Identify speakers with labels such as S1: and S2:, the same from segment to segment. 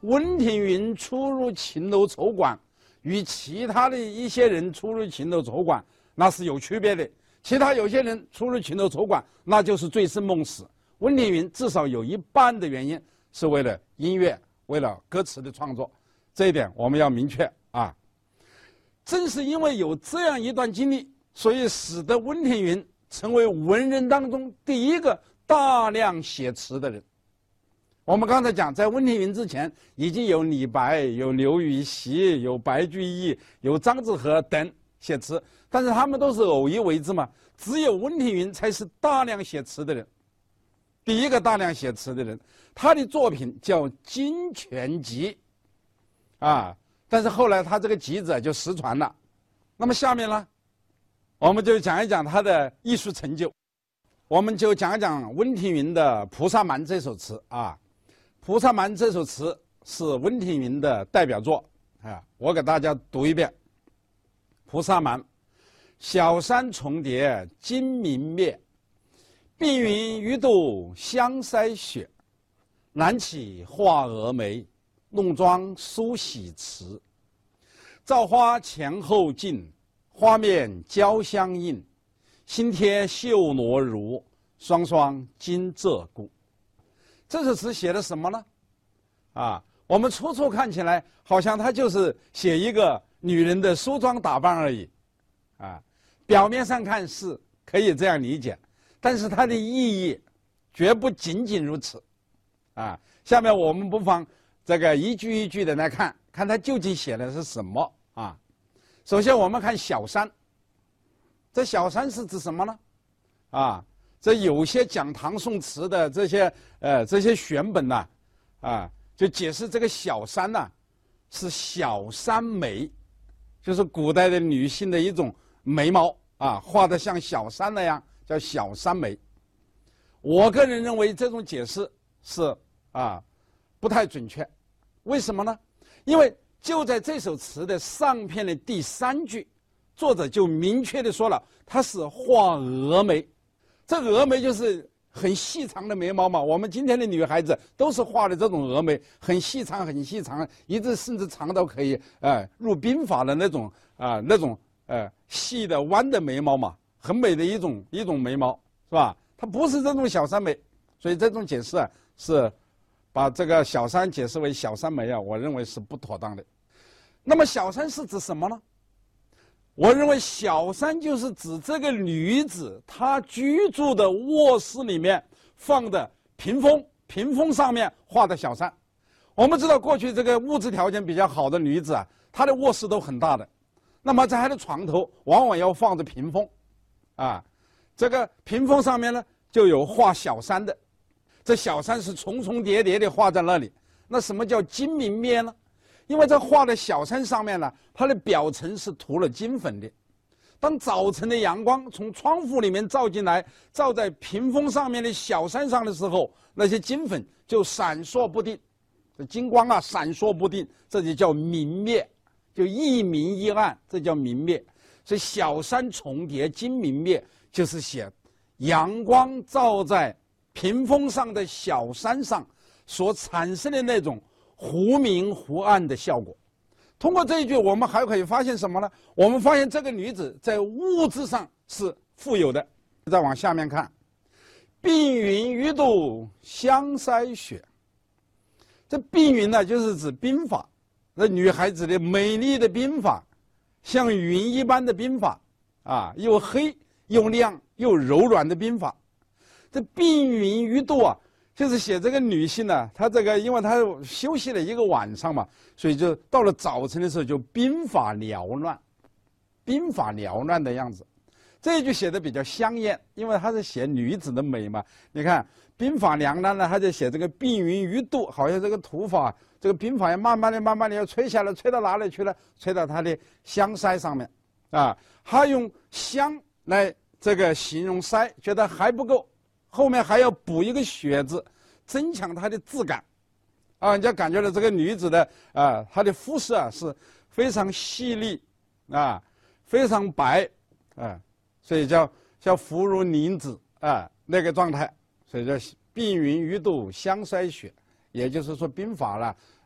S1: 温庭筠出入秦楼筹馆，与其他的一些人出入秦楼筹馆那是有区别的。其他有些人出入秦楼筹馆，那就是醉生梦死。温庭筠至少有一半的原因是为了音乐，为了歌词的创作，这一点我们要明确啊。正是因为有这样一段经历，所以使得温庭筠成为文人当中第一个大量写词的人。我们刚才讲，在温庭筠之前，已经有李白、有刘禹锡、有白居易、有张志和等写词，但是他们都是偶一为之嘛。只有温庭筠才是大量写词的人，第一个大量写词的人。他的作品叫《金泉集》，啊，但是后来他这个集子就失传了。那么下面呢，我们就讲一讲他的艺术成就。我们就讲一讲温庭筠的《菩萨蛮》这首词啊，《菩萨蛮》这首词是温庭筠的代表作啊，我给大家读一遍：《菩萨蛮》，小山重叠今明灭，碧云鱼肚香腮雪。南起画蛾眉，弄妆梳洗迟。造花前后进，花面交相映。新贴绣罗襦，双双金鹧鸪。这首词写的什么呢？啊，我们初初看起来好像它就是写一个女人的梳妆打扮而已，啊，表面上看是可以这样理解，但是它的意义绝不仅仅如此。啊，下面我们不妨这个一句一句的来看，看它究竟写的是什么啊？首先我们看小山，这小山是指什么呢？啊，这有些讲唐宋词的这些选本呐，啊，就解释这个小山呐，是小山眉，就是古代的女性的一种眉毛啊，画得像小山那样，叫小山眉。我个人认为这种解释是不太准确。为什么呢？因为就在这首词的上片的第3句，作者就明确的说了，它是画蛾眉。这蛾眉就是很细长的眉毛嘛，我们今天的女孩子都是画的这种蛾眉，很细长很细长，一直甚至长到可以入鬓发的那种细的弯的眉毛嘛，很美的一种眉毛，是吧？它不是这种小山眉，所以这种解释是把这个小山解释为小山眉啊，我认为是不妥当的。那么小山是指什么呢？我认为小山就是指这个女子她居住的卧室里面放的屏风，屏风上面画的小山。我们知道过去这个物质条件比较好的女子啊，她的卧室都很大的，那么在她的床头往往要放着屏风，啊，这个屏风上面呢就有画小山的，这小山是重重叠叠的画在那里。那什么叫金明灭呢？因为这画的小山上面呢，它的表层是涂了金粉的。当早晨的阳光从窗户里面照进来，照在屏风上面的小山上的时候，那些金粉就闪烁不定，这金光啊闪烁不定，这就叫明灭，就一明一暗，这叫明灭。所以小山重叠金明灭，就是写阳光照在屏风上的小山上所产生的那种忽明忽暗的效果。通过这一句，我们还可以发现什么呢？我们发现这个女子在物质上是富有的。再往下面看，碧云鱼肚香腮雪。这碧云呢，就是指鬓发，那女孩子的美丽的鬓发，像云一般的鬓发啊，又黑又亮又柔软的鬓发。这碧云鱼肚啊，就是写这个女性呢，她这个因为她休息了一个晚上嘛，所以就到了早晨的时候就鬓发缭乱，鬓发缭乱的样子。这一句写的比较香艳，因为它是写女子的美嘛。你看鬓发缭乱呢，他就写这个碧云鱼肚，好像这个头发这个鬓发要慢慢的要吹下来，吹到哪里去了？吹到她的香腮上面啊。他用香来这个形容腮，觉得还不够，后面还要补一个雪字，增强它的质感，啊，人家感觉到这个女子的她的肤色啊是非常细腻，啊，非常白，啊，所以叫肤如凝脂啊那个状态，所以叫碧云鱼肚香腮雪，也就是说鬓发了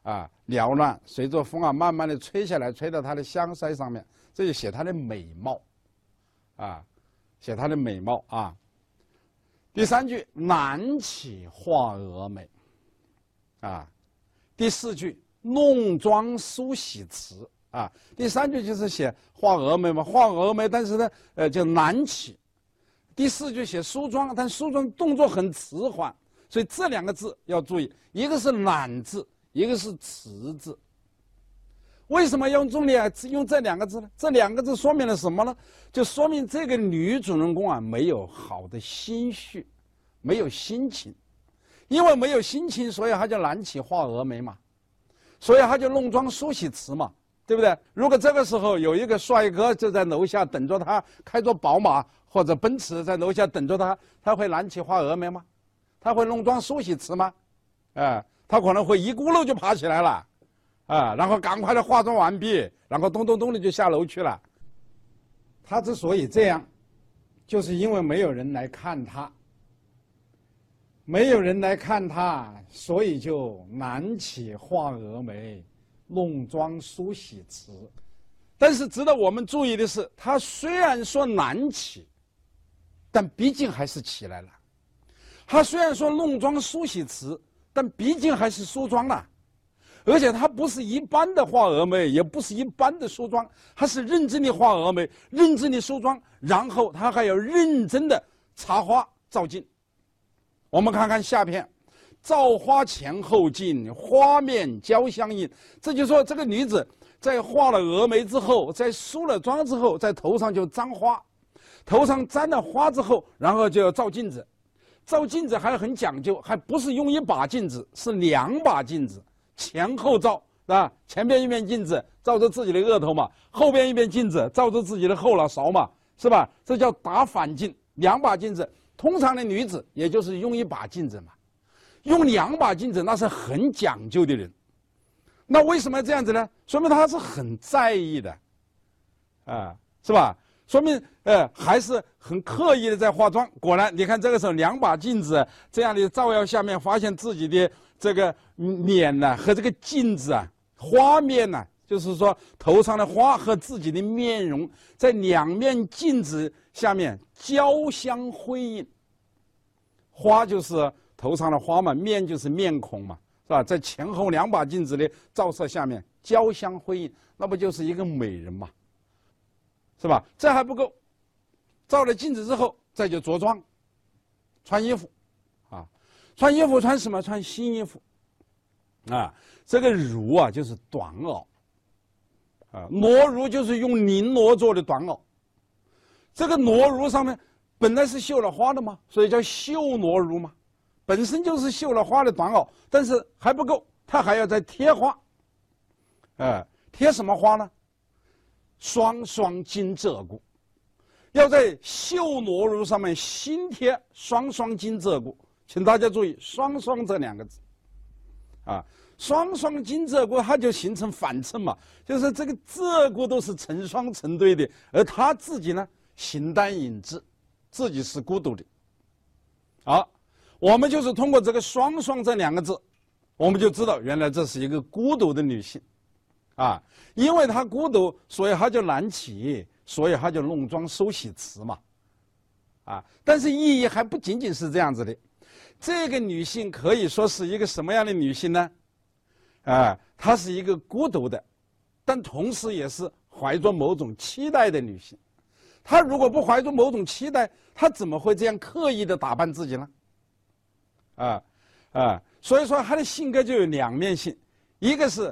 S1: 缭乱，随着风慢慢的吹下来，吹到她的香腮上面，这就写她的美貌，写她的美貌啊。第3句南起画蛾眉，第4句弄妆梳洗辞，第3句就是写画蛾眉嘛，画蛾眉，但是呢，就南起。第4句写梳妆，但梳妆动作很迟缓，所以这2个字要注意，一个是懒字，一个是迟字。为什么要用重点用这2个字呢？这2个字说明了什么呢？就说明这个女主人公没有好的心绪，没有心情，因为没有心情，所以她就南起画蛾眉嘛，所以她就弄妆梳洗辞嘛，对不对？如果这个时候有一个帅哥就在楼下等着她，开着宝马或者奔驰在楼下等着她，她会南起画蛾眉吗？她会弄妆梳洗辞吗？她可能会一咕噜就爬起来了。然后赶快的化妆完毕，然后咚咚咚的就下楼去了。他之所以这样，就是因为没有人来看他，没有人来看他，所以就南起画蛾眉，弄妆梳洗辞。但是值得我们注意的是，他虽然说南起，但毕竟还是起来了。他虽然说弄妆梳洗辞，但毕竟还是梳妆了。而且它不是一般的画蛾眉，也不是一般的梳妆，它是认真的画蛾眉，认真的梳妆，然后它还要认真的插花照镜。我们看看下片，照花前后镜，花面交相映。这就说这个女子在画了蛾眉之后，在梳了妆之后，在头上就簪花，头上簪了花之后，然后就要照镜子。照镜子还很讲究，还不是用1把镜子，是2把镜子。前后照，前边一面镜子照着自己的额头嘛，后边一面镜子照着自己的后脑勺嘛，是吧？这叫打反镜，2把镜子。通常的女子也就是用1把镜子嘛，用2把镜子那是很讲究的人。那为什么这样子呢？说明她是很在意的，是吧？说明还是很刻意的在化妆。果然，你看这个时候2把镜子这样的照耀下面，发现自己的这个脸呢和这个镜子花面呢，就是说头上的花和自己的面容在2面镜子下面交相辉映。花就是头上的花嘛，面就是面孔嘛，是吧？在前后2把镜子的照射下面交相辉映，那不就是一个美人嘛？是吧？这还不够，照了镜子之后，再就着装，穿衣服，穿衣服穿什么？穿新衣服，这个襦就是短袄，罗襦就是用绫罗做的短袄。这个罗襦上面本来是绣了花的嘛，所以叫绣罗襦嘛，本身就是绣了花的短袄，但是还不够，它还要再贴花，贴什么花呢？双双金鹧鸪，要在绣罗襦上面新贴双双金鹧鸪，请大家注意“双双”这2个字，双双金鹧鸪，它就形成反衬嘛，就是这个鹧鸪都是成双成对的，而他自己呢形单影只，自己是孤独的。好，我们就是通过这个“双双”这2个字，我们就知道原来这是一个孤独的女性。因为她孤独，所以她就南起，所以她就弄妆梳洗辞嘛，但是意义还不仅仅是这样子的。这个女性可以说是一个什么样的女性呢？她是一个孤独的，但同时也是怀着某种期待的女性。她如果不怀着某种期待，她怎么会这样刻意的打扮自己呢？所以说她的性格就有2面性，一个是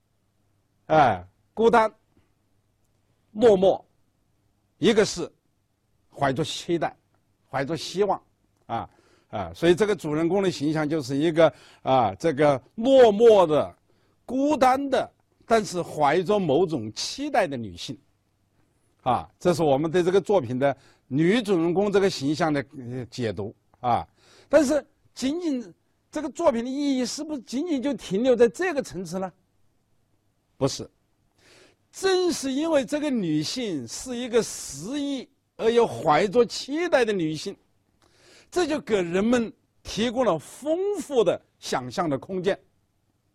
S1: 孤单落寞，一个是怀着期待，怀着希望，所以这个主人公的形象就是一个这个落寞的、孤单的，但是怀着某种期待的女性，这是我们对这个作品的女主人公这个形象的解读但是仅仅这个作品的意义是不是仅仅就停留在这个层次呢？不是，正是因为这个女性是一个失意而又怀着期待的女性，这就给人们提供了丰富的想象的空间。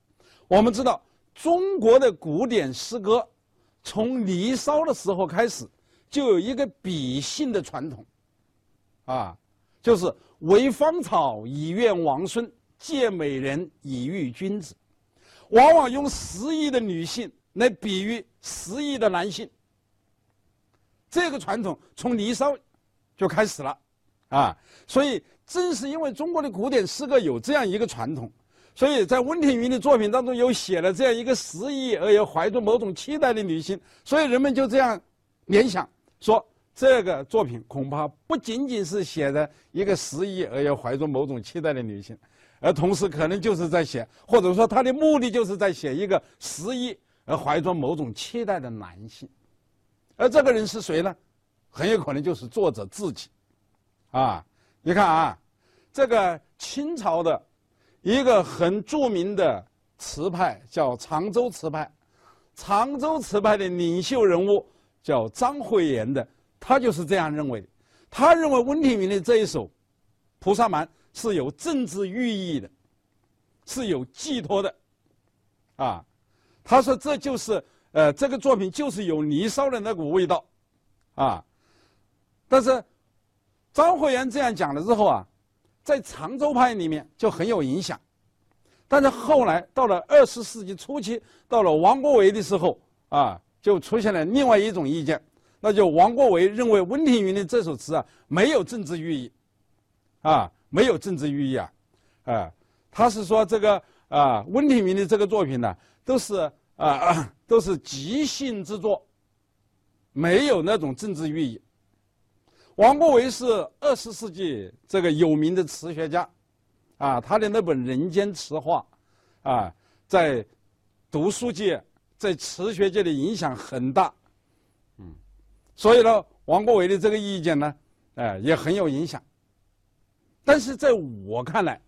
S1: 我们知道中国的古典诗歌从《离骚》的时候开始，就有一个比兴的传统，就是为芳草以怨王孙，借美人以喻君子，往往用诗意的女性来比喻诗意的男性。这个传统从《离骚》就开始了，所以正是因为中国的古典诗歌有这样一个传统，所以在温庭筠的作品当中有写了这样一个诗意而又怀着某种期待的女性，所以人们就这样联想说，这个作品恐怕不仅仅是写的一个诗意而又怀着某种期待的女性，而同时可能就是在写，或者说他的目的就是在写一个诗意而怀着某种期待的男性。而这个人是谁呢？很有可能就是作者自己。你看这个清朝的一个很著名的词派叫常州词派，常州词派的领袖人物叫张惠言的，他就是这样认为的。他认为温庭筠的这一首《菩萨蛮》是有政治寓意的，是有寄托的。他说这就是这个作品就是有《离骚》的那股味道。但是张惠言这样讲了之后在常州派里面就很有影响。但是后来到了20世纪初期，到了王国维的时候就出现了另外一种意见，那就王国维认为温庭筠的这首词没有政治寓意，没有政治寓意他是说这个温庭筠的这个作品呢，都是即兴之作，没有那种政治寓意。王国维是20世纪这个有名的词学家，他的那本《人间词话》在读书界、在词学界的影响很大，所以呢，王国维的这个意见呢，也很有影响。但是在我看来，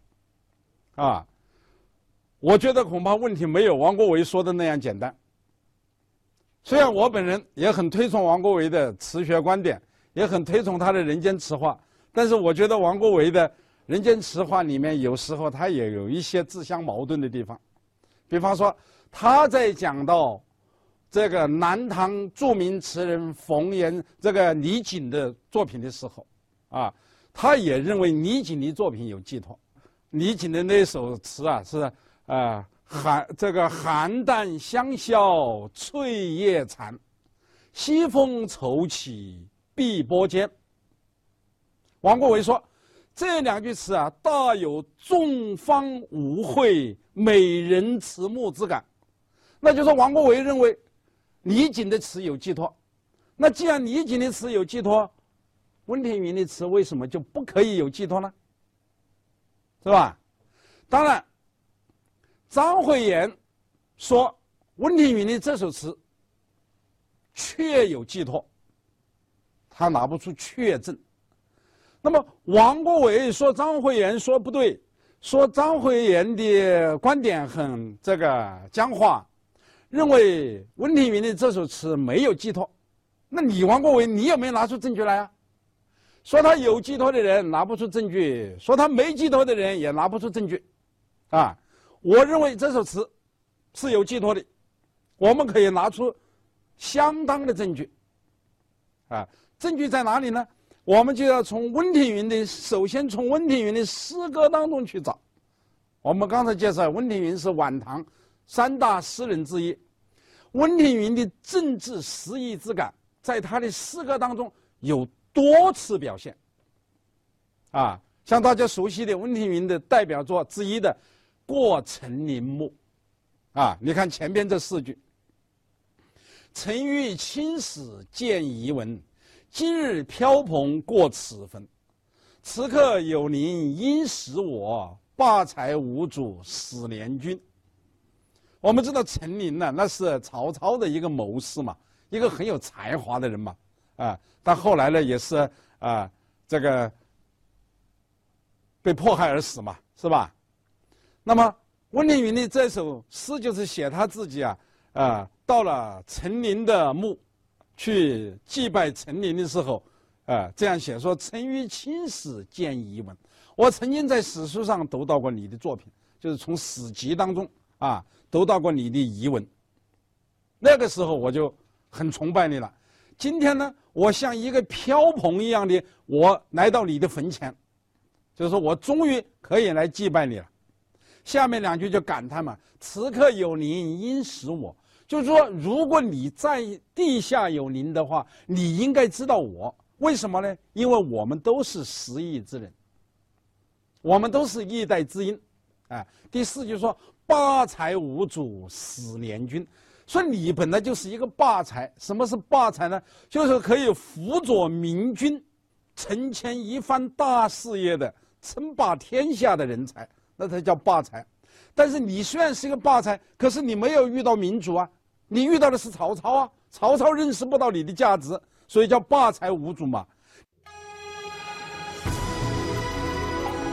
S1: 我觉得恐怕问题没有王国维说的那样简单。虽然我本人也很推崇王国维的词学观点，也很推崇他的《人间词话》，但是我觉得王国维的《人间词话》里面有时候他也有一些自相矛盾的地方。比方说，他在讲到这个南唐著名词人李璟的作品的时候，他也认为李璟的作品有寄托。李璟的那首词是寒淡香消翠叶残，西风愁起碧波间。王国维说这两句词大有众芳舞会、美人迟暮之感。那就是王国维认为李璟的词有寄托。那既然李璟的词有寄托，温庭筠的词为什么就不可以有寄托呢？是吧？当然，张惠言说温庭筠的这首词确有寄托，他拿不出确证。那么王国维说张惠言说不对，说张惠言的观点很僵化，认为温庭筠的这首词没有寄托。那你王国维你有没有拿出证据来说他有寄托的人拿不出证据，说他没寄托的人也拿不出证据我认为这首词是有寄托的，我们可以拿出相当的证据证据在哪里呢？我们就要首先从温庭筠的诗歌当中去找。我们刚才介绍温庭筠是晚唐3大诗人之一，温庭筠的政治诗意之感在他的诗歌当中有多次表现像大家熟悉的温庭筠的代表作之一的《过陈林木》你看前边这4句：曾遇青史见遗文，今日飘蓬过此坟。此刻有邻应识我，罢才无主始联军。我们知道陈琳呢，那是曹操的一个谋士嘛，一个很有才华的人嘛，但后来呢也是被迫害而死嘛，是吧？那么温庭筠的这首诗就是写他自己到了陈琳的墓去祭拜陈琳的时候，这样写说：曾于青史见遗文。我曾经在史书上读到过你的作品，就是从史籍当中得到过你的遗文。那个时候我就很崇拜你了。今天呢，我像一个飘蓬一样的，我来到你的坟前，就是说我终于可以来祭拜你了。下面2句就感叹嘛，此刻有灵应识我，就是说如果你在地下有灵的话，你应该知道我。为什么呢？因为我们都是10亿之人，我们都是一代之音。第4句说八才无主始联军，说你本来就是一个霸才。什么是霸才呢？就是可以辅佐明君承前一番大事业的，称霸天下的人才，那才叫霸才。但是你虽然是一个霸才，可是你没有遇到民主啊，你遇到的是曹操啊，曹操认识不到你的价值，所以叫霸才无主嘛。